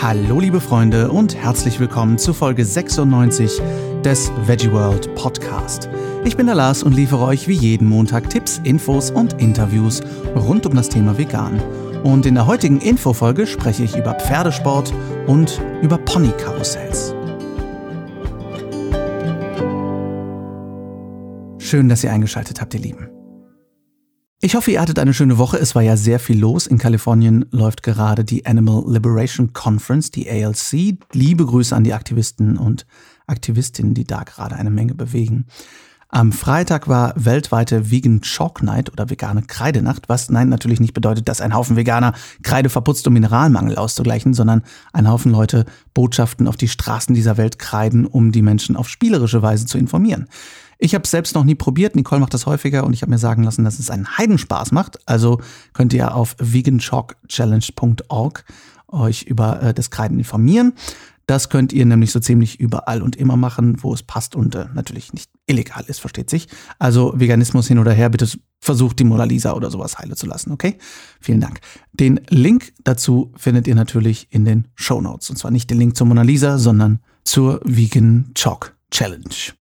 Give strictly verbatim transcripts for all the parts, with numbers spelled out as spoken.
Hallo liebe Freunde und herzlich willkommen zu Folge sechsundneunzig des Veggie World Podcast. Ich bin der Lars und liefere euch wie jeden Montag Tipps, Infos und Interviews rund um das Thema Vegan. Und in der heutigen Infofolge spreche ich über Pferdesport und über Ponykarussells. Schön, dass ihr eingeschaltet habt, ihr Lieben. Ich hoffe, ihr hattet eine schöne Woche. Es war ja sehr viel los. In Kalifornien läuft gerade die Animal Liberation Conference, die A L C. Liebe Grüße an die Aktivisten und Aktivistinnen, die da gerade eine Menge bewegen. Am Freitag war weltweite Vegan Chalk Night oder vegane Kreidenacht, was nein natürlich nicht bedeutet, dass ein Haufen Veganer Kreide verputzt, um Mineralmangel auszugleichen, sondern ein Haufen Leute Botschaften auf die Straßen dieser Welt kreiden, um die Menschen auf spielerische Weise zu informieren. Ich habe es selbst noch nie probiert, Nicole macht das häufiger und ich habe mir sagen lassen, dass es einen Heidenspaß macht. Also könnt ihr auf vegan chalk challenge punkt org euch über äh, das Kreiden informieren. Das könnt ihr nämlich so ziemlich überall und immer machen, wo es passt und äh, natürlich nicht illegal ist, versteht sich. Also Veganismus hin oder her, bitte versucht die Mona Lisa oder sowas heile zu lassen, okay? Vielen Dank. Den Link dazu findet ihr natürlich in den Shownotes. Und zwar nicht den Link zur Mona Lisa, sondern zur Vegan Chalk Challenge.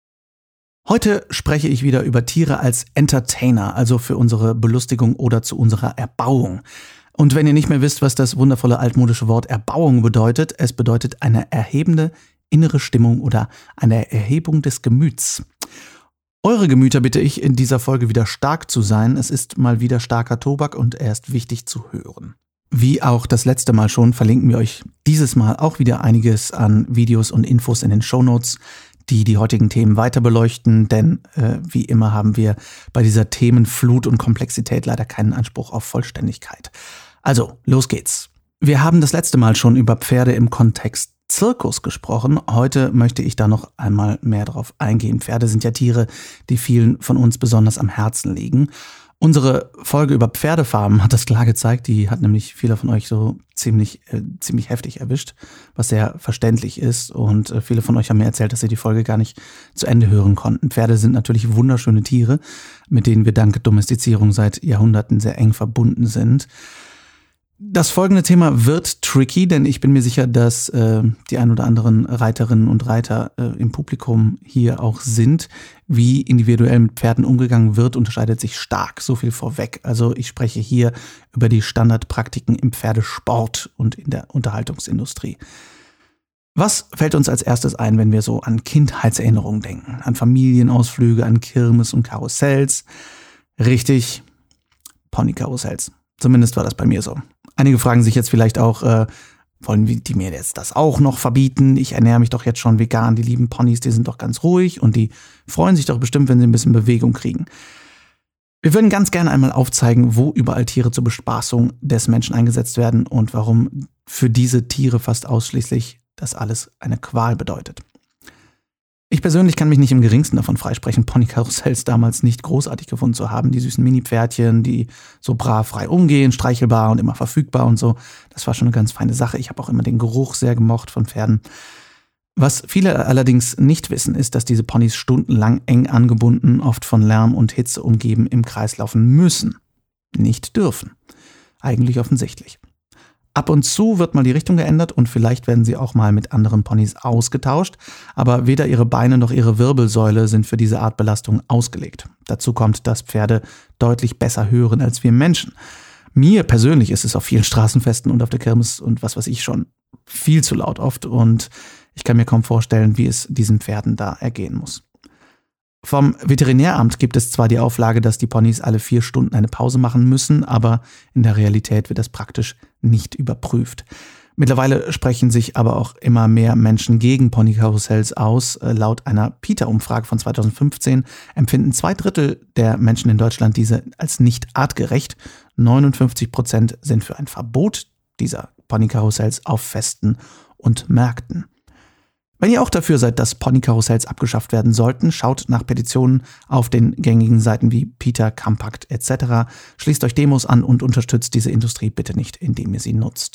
Heute spreche ich wieder über Tiere als Entertainer, also für unsere Belustigung oder zu unserer Erbauung. Und wenn ihr nicht mehr wisst, was das wundervolle altmodische Wort Erbauung bedeutet, es bedeutet eine erhebende innere Stimmung oder eine Erhebung des Gemüts. Eure Gemüter bitte ich in dieser Folge wieder stark zu sein. Es ist mal wieder starker Tobak und er ist wichtig zu hören. Wie auch das letzte Mal schon, verlinken wir euch dieses Mal auch wieder einiges an Videos und Infos in den Shownotes, die die heutigen Themen weiter beleuchten, denn äh, wie immer haben wir bei dieser Themenflut und Komplexität leider keinen Anspruch auf Vollständigkeit. Also, los geht's. Wir haben das letzte Mal schon über Pferde im Kontext Zirkus gesprochen. Heute möchte ich da noch einmal mehr drauf eingehen. Pferde sind ja Tiere, die vielen von uns besonders am Herzen liegen. Unsere Folge über Pferdefarmen hat das klar gezeigt. Die hat nämlich viele von euch so ziemlich, äh, ziemlich heftig erwischt, was sehr verständlich ist. Und äh, viele von euch haben mir erzählt, dass sie die Folge gar nicht zu Ende hören konnten. Pferde sind natürlich wunderschöne Tiere, mit denen wir dank Domestizierung seit Jahrhunderten sehr eng verbunden sind. Das folgende Thema wird tricky, denn ich bin mir sicher, dass äh, die ein oder anderen Reiterinnen und Reiter äh, im Publikum hier auch sind. Wie individuell mit Pferden umgegangen wird, unterscheidet sich stark, so viel vorweg. Also ich spreche hier über die Standardpraktiken im Pferdesport und in der Unterhaltungsindustrie. Was fällt uns als erstes ein, wenn wir so an Kindheitserinnerungen denken? An Familienausflüge, an Kirmes und Karussells? Richtig, Ponykarussells. Zumindest war das bei mir so. Einige fragen sich jetzt vielleicht auch, äh, wollen die mir jetzt das auch noch verbieten? Ich ernähre mich doch jetzt schon vegan, die lieben Ponys, die sind doch ganz ruhig und die freuen sich doch bestimmt, wenn sie ein bisschen Bewegung kriegen. Wir würden ganz gerne einmal aufzeigen, wo überall Tiere zur Bespaßung des Menschen eingesetzt werden und warum für diese Tiere fast ausschließlich das alles eine Qual bedeutet. Ich persönlich kann mich nicht im geringsten davon freisprechen, Ponykarussells damals nicht großartig gefunden zu haben. Die süßen Mini-Pferdchen, die so brav frei umgehen, streichelbar und immer verfügbar und so. Das war schon eine ganz feine Sache. Ich habe auch immer den Geruch sehr gemocht von Pferden. Was viele allerdings nicht wissen, ist, dass diese Ponys stundenlang eng angebunden, oft von Lärm und Hitze umgeben, im Kreis laufen müssen. Nicht dürfen. Eigentlich offensichtlich. Ab und zu wird mal die Richtung geändert und vielleicht werden sie auch mal mit anderen Ponys ausgetauscht, aber weder ihre Beine noch ihre Wirbelsäule sind für diese Art Belastung ausgelegt. Dazu kommt, dass Pferde deutlich besser hören als wir Menschen. Mir persönlich ist es auf vielen Straßenfesten und auf der Kirmes und was weiß ich schon viel zu laut oft und ich kann mir kaum vorstellen, wie es diesen Pferden da ergehen muss. Vom Veterinäramt gibt es zwar die Auflage, dass die Ponys alle vier Stunden eine Pause machen müssen, aber in der Realität wird das praktisch nicht überprüft. Mittlerweile sprechen sich aber auch immer mehr Menschen gegen Ponykarussells aus. Laut einer PETA-Umfrage von zweitausendfünfzehn empfinden zwei Drittel der Menschen in Deutschland diese als nicht artgerecht. neunundfünfzig Prozent sind für ein Verbot dieser Ponykarussells auf Festen und Märkten. Wenn ihr auch dafür seid, dass Ponykarussells abgeschafft werden sollten, schaut nach Petitionen auf den gängigen Seiten wie PETA, Compact et cetera. Schließt euch Demos an und unterstützt diese Industrie bitte nicht, indem ihr sie nutzt.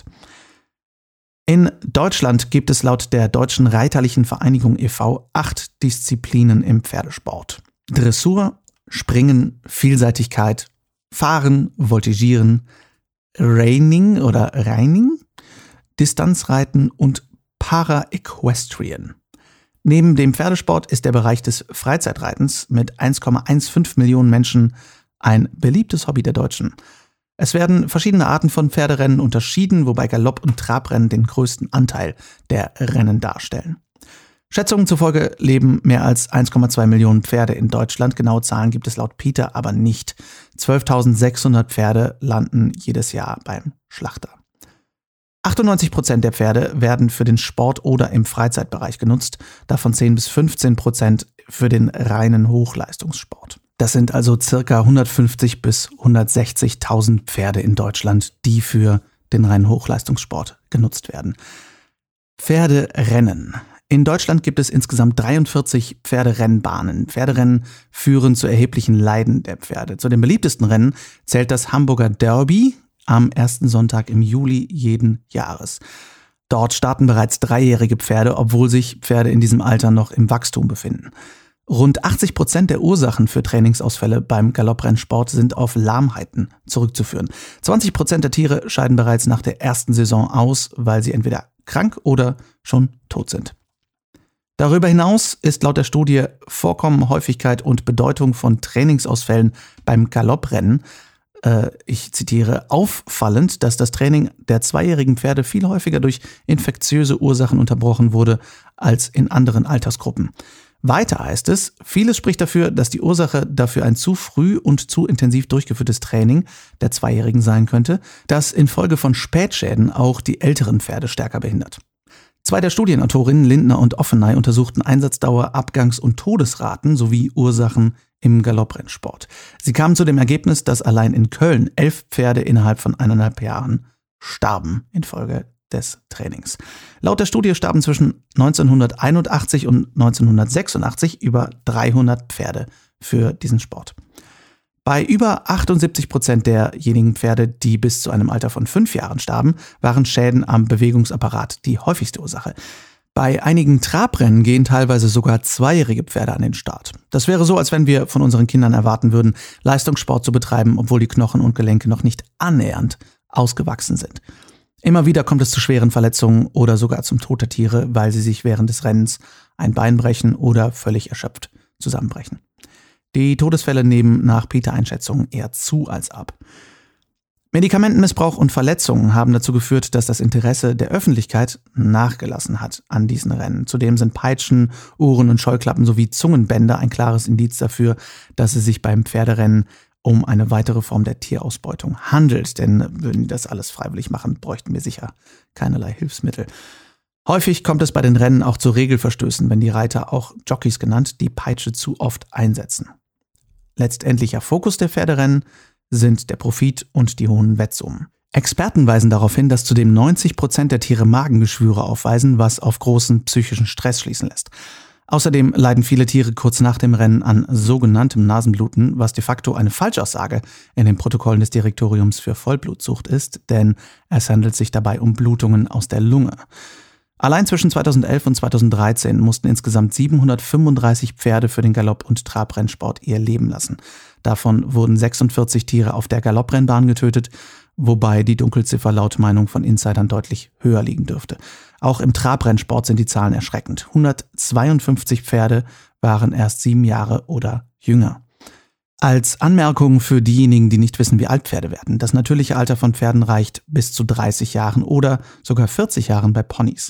In Deutschland gibt es laut der Deutschen Reiterlichen Vereinigung e V acht Disziplinen im Pferdesport. Dressur, Springen, Vielseitigkeit, Fahren, Voltigieren, Reining oder Reining, Distanzreiten und Para-Equestrian. Neben dem Pferdesport ist der Bereich des Freizeitreitens mit eins Komma fünfzehn Millionen Menschen ein beliebtes Hobby der Deutschen. Es werden verschiedene Arten von Pferderennen unterschieden, wobei Galopp- und Trabrennen den größten Anteil der Rennen darstellen. Schätzungen zufolge leben mehr als eins Komma zwei Millionen Pferde in Deutschland. Genaue Zahlen gibt es laut PETA aber nicht. zwölftausendsechshundert Pferde landen jedes Jahr beim Schlachter. achtundneunzig Prozent der Pferde werden für den Sport oder im Freizeitbereich genutzt, davon zehn bis fünfzehn Prozent für den reinen Hochleistungssport. Das sind also ca. hundertfünfzig bis hundertsechzigtausend Pferde in Deutschland, die für den reinen Hochleistungssport genutzt werden. Pferderennen. In Deutschland gibt es insgesamt dreiundvierzig Pferderennbahnen. Pferderennen führen zu erheblichen Leiden der Pferde. Zu den beliebtesten Rennen zählt das Hamburger Derby am ersten Sonntag im Juli jeden Jahres. Dort starten bereits dreijährige Pferde, obwohl sich Pferde in diesem Alter noch im Wachstum befinden. Rund achtzig Prozent der Ursachen für Trainingsausfälle beim Galopprennsport sind auf Lahmheiten zurückzuführen. zwanzig Prozent der Tiere scheiden bereits nach der ersten Saison aus, weil sie entweder krank oder schon tot sind. Darüber hinaus ist laut der Studie Vorkommen, Häufigkeit und Bedeutung von Trainingsausfällen beim Galopprennen, äh, ich zitiere, auffallend, dass das Training der zweijährigen Pferde viel häufiger durch infektiöse Ursachen unterbrochen wurde als in anderen Altersgruppen. Weiter heißt es, vieles spricht dafür, dass die Ursache dafür ein zu früh und zu intensiv durchgeführtes Training der Zweijährigen sein könnte, das infolge von Spätschäden auch die älteren Pferde stärker behindert. Zwei der Studienautorinnen, Lindner und Offenay, untersuchten Einsatzdauer, Abgangs- und Todesraten sowie Ursachen im Galopprennsport. Sie kamen zu dem Ergebnis, dass allein in Köln elf Pferde innerhalb von eineinhalb Jahren starben infolge des Trainings. Laut der Studie starben zwischen neunzehnhunderteinundachtzig und neunzehnhundertsechsundachtzig über dreihundert Pferde für diesen Sport. Bei über achtundsiebzig Prozent derjenigen Pferde, die bis zu einem Alter von fünf Jahren starben, waren Schäden am Bewegungsapparat die häufigste Ursache. Bei einigen Trabrennen gehen teilweise sogar zweijährige Pferde an den Start. Das wäre so, als wenn wir von unseren Kindern erwarten würden, Leistungssport zu betreiben, obwohl die Knochen und Gelenke noch nicht annähernd ausgewachsen sind. Immer wieder kommt es zu schweren Verletzungen oder sogar zum Tod der Tiere, weil sie sich während des Rennens ein Bein brechen oder völlig erschöpft zusammenbrechen. Die Todesfälle nehmen nach PETA-Einschätzungen eher zu als ab. Medikamentenmissbrauch und Verletzungen haben dazu geführt, dass das Interesse der Öffentlichkeit nachgelassen hat an diesen Rennen. Zudem sind Peitschen, Ohren- und Scheuklappen sowie Zungenbänder ein klares Indiz dafür, dass es sich beim Pferderennen um eine weitere Form der Tierausbeutung handelt. Denn würden die das alles freiwillig machen, bräuchten wir sicher keinerlei Hilfsmittel. Häufig kommt es bei den Rennen auch zu Regelverstößen, wenn die Reiter, auch Jockeys genannt, die Peitsche zu oft einsetzen. Letztendlicher Fokus der Pferderennen sind der Profit und die hohen Wettsummen. Experten weisen darauf hin, dass zudem neunzig Prozent der Tiere Magengeschwüre aufweisen, was auf großen psychischen Stress schließen lässt. Außerdem leiden viele Tiere kurz nach dem Rennen an sogenanntem Nasenbluten, was de facto eine Falschaussage in den Protokollen des Direktoriums für Vollblutzucht ist, denn es handelt sich dabei um Blutungen aus der Lunge. Allein zwischen zweitausendelf und zweitausenddreizehn mussten insgesamt siebenhundertfünfunddreißig Pferde für den Galopp- und Trabrennsport ihr Leben lassen. Davon wurden sechsundvierzig Tiere auf der Galopprennbahn getötet, wobei die Dunkelziffer laut Meinung von Insidern deutlich höher liegen dürfte. Auch im Trabrennsport sind die Zahlen erschreckend. hundertzweiundfünfzig Pferde waren erst sieben Jahre oder jünger. Als Anmerkung für diejenigen, die nicht wissen, wie alt Pferde werden: Das natürliche Alter von Pferden reicht bis zu dreißig Jahren oder sogar vierzig Jahren bei Ponys.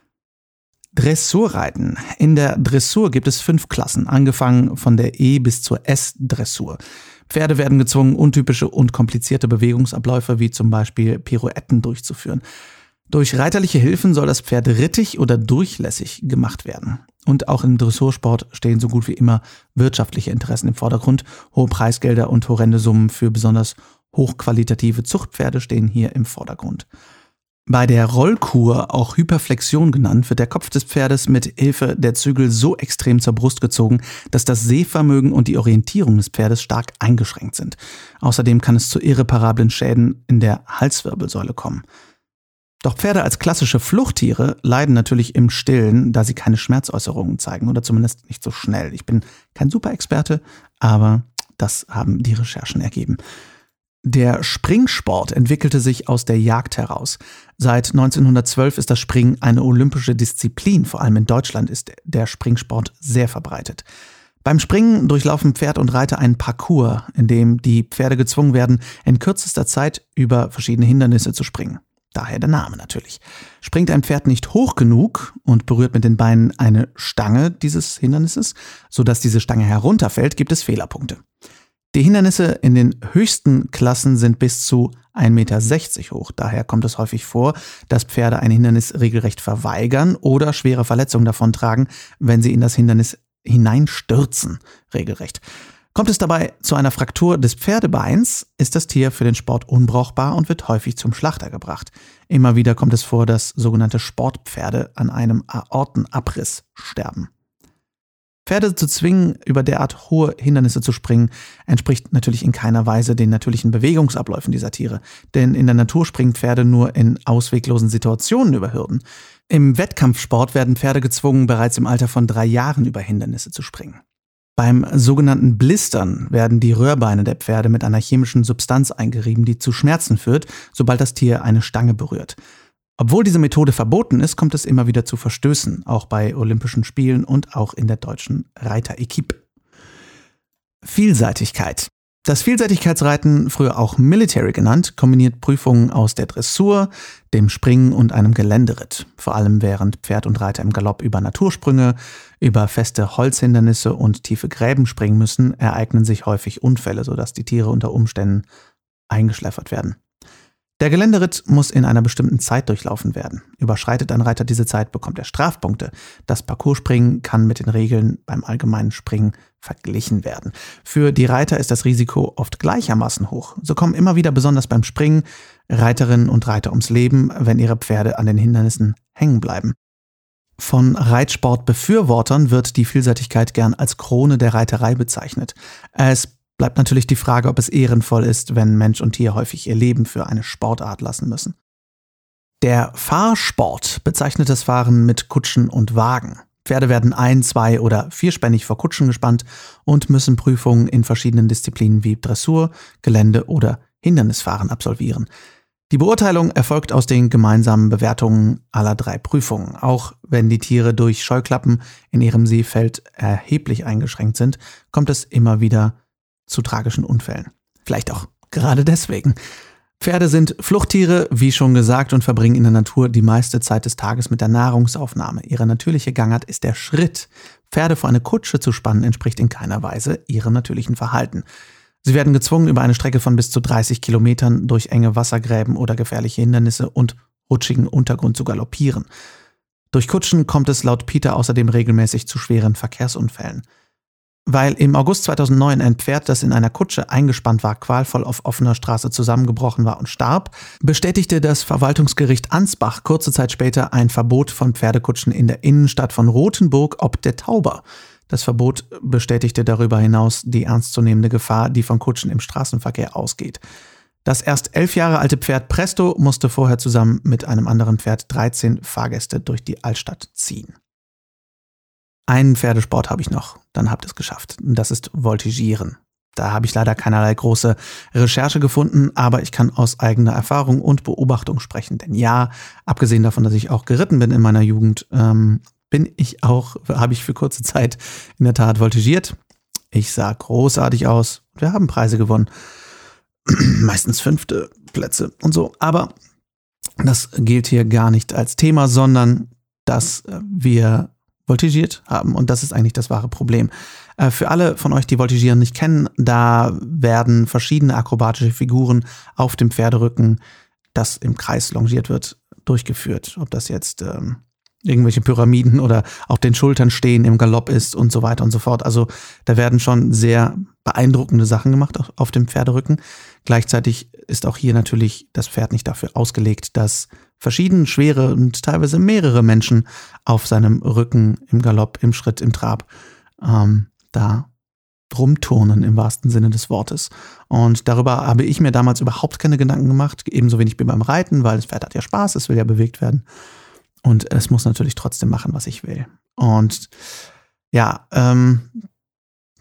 Dressurreiten. In der Dressur gibt es fünf Klassen, angefangen von der E- bis zur S-Dressur. Pferde werden gezwungen, untypische und komplizierte Bewegungsabläufe wie zum Beispiel Pirouetten durchzuführen. Durch reiterliche Hilfen soll das Pferd rittig oder durchlässig gemacht werden. Und auch im Dressursport stehen so gut wie immer wirtschaftliche Interessen im Vordergrund. Hohe Preisgelder und horrende Summen für besonders hochqualitative Zuchtpferde stehen hier im Vordergrund. Bei der Rollkur, auch Hyperflexion genannt, wird der Kopf des Pferdes mit Hilfe der Zügel so extrem zur Brust gezogen, dass das Sehvermögen und die Orientierung des Pferdes stark eingeschränkt sind. Außerdem kann es zu irreparablen Schäden in der Halswirbelsäule kommen. Doch Pferde als klassische Fluchttiere leiden natürlich im Stillen, da sie keine Schmerzäußerungen zeigen oder zumindest nicht so schnell. Ich bin kein Superexperte, aber das haben die Recherchen ergeben. Der Springsport entwickelte sich aus der Jagd heraus. Seit neunzehnhundertzwölf ist das Springen eine olympische Disziplin. Vor allem in Deutschland ist der Springsport sehr verbreitet. Beim Springen durchlaufen Pferd und Reiter einen Parcours, in dem die Pferde gezwungen werden, in kürzester Zeit über verschiedene Hindernisse zu springen. Daher der Name natürlich. Springt ein Pferd nicht hoch genug und berührt mit den Beinen eine Stange dieses Hindernisses, sodass diese Stange herunterfällt, gibt es Fehlerpunkte. Die Hindernisse in den höchsten Klassen sind bis zu ein Meter sechzig hoch. Daher kommt es häufig vor, dass Pferde ein Hindernis regelrecht verweigern oder schwere Verletzungen davontragen, wenn sie in das Hindernis hineinstürzen, regelrecht. Kommt es dabei zu einer Fraktur des Pferdebeins, ist das Tier für den Sport unbrauchbar und wird häufig zum Schlachter gebracht. Immer wieder kommt es vor, dass sogenannte Sportpferde an einem Aortenabriss sterben. Pferde zu zwingen, über derart hohe Hindernisse zu springen, entspricht natürlich in keiner Weise den natürlichen Bewegungsabläufen dieser Tiere. Denn in der Natur springen Pferde nur in ausweglosen Situationen über Hürden. Im Wettkampfsport werden Pferde gezwungen, bereits im Alter von drei Jahren über Hindernisse zu springen. Beim sogenannten Blistern werden die Röhrbeine der Pferde mit einer chemischen Substanz eingerieben, die zu Schmerzen führt, sobald das Tier eine Stange berührt. Obwohl diese Methode verboten ist, kommt es immer wieder zu Verstößen, auch bei Olympischen Spielen und auch in der deutschen Reiter-Equipe. Vielseitigkeit. Das Vielseitigkeitsreiten, früher auch Military genannt, kombiniert Prüfungen aus der Dressur, dem Springen und einem Geländeritt. Vor allem während Pferd und Reiter im Galopp über Natursprünge, über feste Holzhindernisse und tiefe Gräben springen müssen, ereignen sich häufig Unfälle, sodass die Tiere unter Umständen eingeschläfert werden. Der Geländeritt muss in einer bestimmten Zeit durchlaufen werden. Überschreitet ein Reiter diese Zeit, bekommt er Strafpunkte. Das Parcourspringen kann mit den Regeln beim allgemeinen Springen verglichen werden. Für die Reiter ist das Risiko oft gleichermaßen hoch. So kommen immer wieder, besonders beim Springen, Reiterinnen und Reiter ums Leben, wenn ihre Pferde an den Hindernissen hängen bleiben. Von Reitsportbefürwortern wird die Vielseitigkeit gern als Krone der Reiterei bezeichnet. Es bleibt natürlich die Frage, ob es ehrenvoll ist, wenn Mensch und Tier häufig ihr Leben für eine Sportart lassen müssen. Der Fahrsport bezeichnet das Fahren mit Kutschen und Wagen. Pferde werden ein-, zwei- oder vierspännig vor Kutschen gespannt und müssen Prüfungen in verschiedenen Disziplinen wie Dressur, Gelände oder Hindernisfahren absolvieren. Die Beurteilung erfolgt aus den gemeinsamen Bewertungen aller drei Prüfungen. Auch wenn die Tiere durch Scheuklappen in ihrem Sehfeld erheblich eingeschränkt sind, kommt es immer wieder zu tragischen Unfällen. Vielleicht auch gerade deswegen. Pferde sind Fluchttiere, wie schon gesagt, und verbringen in der Natur die meiste Zeit des Tages mit der Nahrungsaufnahme. Ihre natürliche Gangart ist der Schritt. Pferde vor eine Kutsche zu spannen, entspricht in keiner Weise ihrem natürlichen Verhalten. Sie werden gezwungen, über eine Strecke von bis zu dreißig Kilometern durch enge Wassergräben oder gefährliche Hindernisse und rutschigen Untergrund zu galoppieren. Durch Kutschen kommt es laut Peter außerdem regelmäßig zu schweren Verkehrsunfällen. Weil im August zweitausendneun ein Pferd, das in einer Kutsche eingespannt war, qualvoll auf offener Straße zusammengebrochen war und starb, bestätigte das Verwaltungsgericht Ansbach kurze Zeit später ein Verbot von Pferdekutschen in der Innenstadt von Rothenburg ob der Tauber. Das Verbot bestätigte darüber hinaus die ernstzunehmende Gefahr, die von Kutschen im Straßenverkehr ausgeht. Das erst elf Jahre alte Pferd Presto musste vorher zusammen mit einem anderen Pferd dreizehn Fahrgäste durch die Altstadt ziehen. Einen Pferdesport habe ich noch, dann habt ihr es geschafft. Das ist Voltigieren. Da habe ich leider keinerlei große Recherche gefunden, aber ich kann aus eigener Erfahrung und Beobachtung sprechen. Denn ja, abgesehen davon, dass ich auch geritten bin in meiner Jugend, ähm, bin ich auch, habe ich für kurze Zeit in der Tat voltigiert. Ich sah großartig aus. Wir haben Preise gewonnen. Meistens fünfte Plätze und so. Aber das gilt hier gar nicht als Thema, sondern dass wir voltigiert haben. Und das ist eigentlich das wahre Problem. Äh, für alle von euch, die Voltigieren nicht kennen, da werden verschiedene akrobatische Figuren auf dem Pferderücken, das im Kreis longiert wird, durchgeführt. Ob das jetzt ähm, irgendwelche Pyramiden oder auf den Schultern stehen im Galopp ist und so weiter und so fort. Also da werden schon sehr beeindruckende Sachen gemacht auf, auf dem Pferderücken. Gleichzeitig ist auch hier natürlich das Pferd nicht dafür ausgelegt, dass verschieden schwere und teilweise mehrere Menschen auf seinem Rücken im Galopp, im Schritt, im Trab ähm, da rumturnen im wahrsten Sinne des Wortes. Und darüber habe ich mir damals überhaupt keine Gedanken gemacht, ebenso wenig wie beim Reiten, weil das Pferd hat ja Spaß, es will ja bewegt werden. Und es muss natürlich trotzdem machen, was ich will. Und ja, ähm,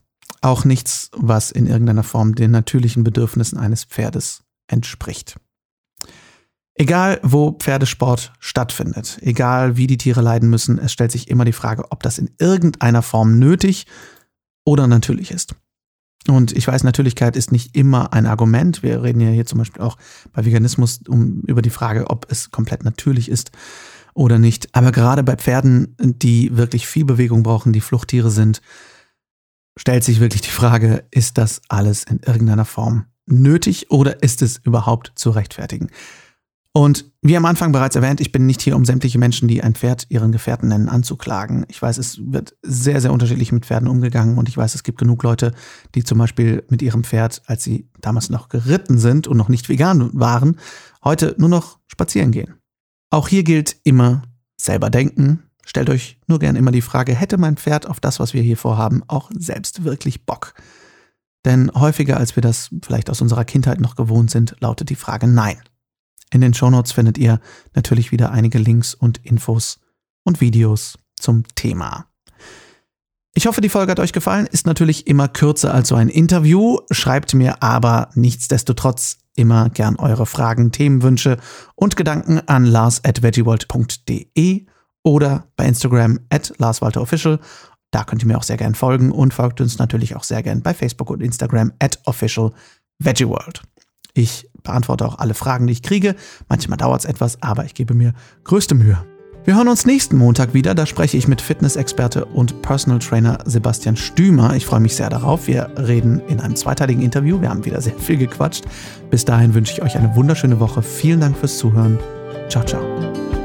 auch nichts, was in irgendeiner Form den natürlichen Bedürfnissen eines Pferdes entspricht. Egal, wo Pferdesport stattfindet, egal wie die Tiere leiden müssen, es stellt sich immer die Frage, ob das in irgendeiner Form nötig oder natürlich ist. Und ich weiß, Natürlichkeit ist nicht immer ein Argument. Wir reden ja hier zum Beispiel auch bei Veganismus um, über die Frage, ob es komplett natürlich ist oder nicht. Aber gerade bei Pferden, die wirklich viel Bewegung brauchen, die Fluchttiere sind, stellt sich wirklich die Frage, ist das alles in irgendeiner Form nötig oder ist es überhaupt zu rechtfertigen? Und wie am Anfang bereits erwähnt, ich bin nicht hier, um sämtliche Menschen, die ein Pferd ihren Gefährten nennen, anzuklagen. Ich weiß, es wird sehr, sehr unterschiedlich mit Pferden umgegangen und ich weiß, es gibt genug Leute, die zum Beispiel mit ihrem Pferd, als sie damals noch geritten sind und noch nicht vegan waren, heute nur noch spazieren gehen. Auch hier gilt immer selber denken. Stellt euch nur gern immer die Frage, hätte mein Pferd auf das, was wir hier vorhaben, auch selbst wirklich Bock? Denn häufiger, als wir das vielleicht aus unserer Kindheit noch gewohnt sind, lautet die Frage nein. In den Shownotes findet ihr natürlich wieder einige Links und Infos und Videos zum Thema. Ich hoffe, die Folge hat euch gefallen. Ist natürlich immer kürzer als so ein Interview. Schreibt mir aber nichtsdestotrotz immer gern eure Fragen, Themenwünsche und Gedanken an lars at veggieworld punkt de oder bei Instagram at larswalterofficial. Da könnt ihr mir auch sehr gern folgen und folgt uns natürlich auch sehr gern bei Facebook und Instagram at official veggieworld. Ich beantworte auch alle Fragen, die ich kriege. Manchmal dauert es etwas, aber ich gebe mir größte Mühe. Wir hören uns nächsten Montag wieder. Da spreche ich mit Fitnessexperte und Personal Trainer Sebastian Stümer. Ich freue mich sehr darauf. Wir reden in einem zweiteiligen Interview. Wir haben wieder sehr viel gequatscht. Bis dahin wünsche ich euch eine wunderschöne Woche. Vielen Dank fürs Zuhören. Ciao, ciao.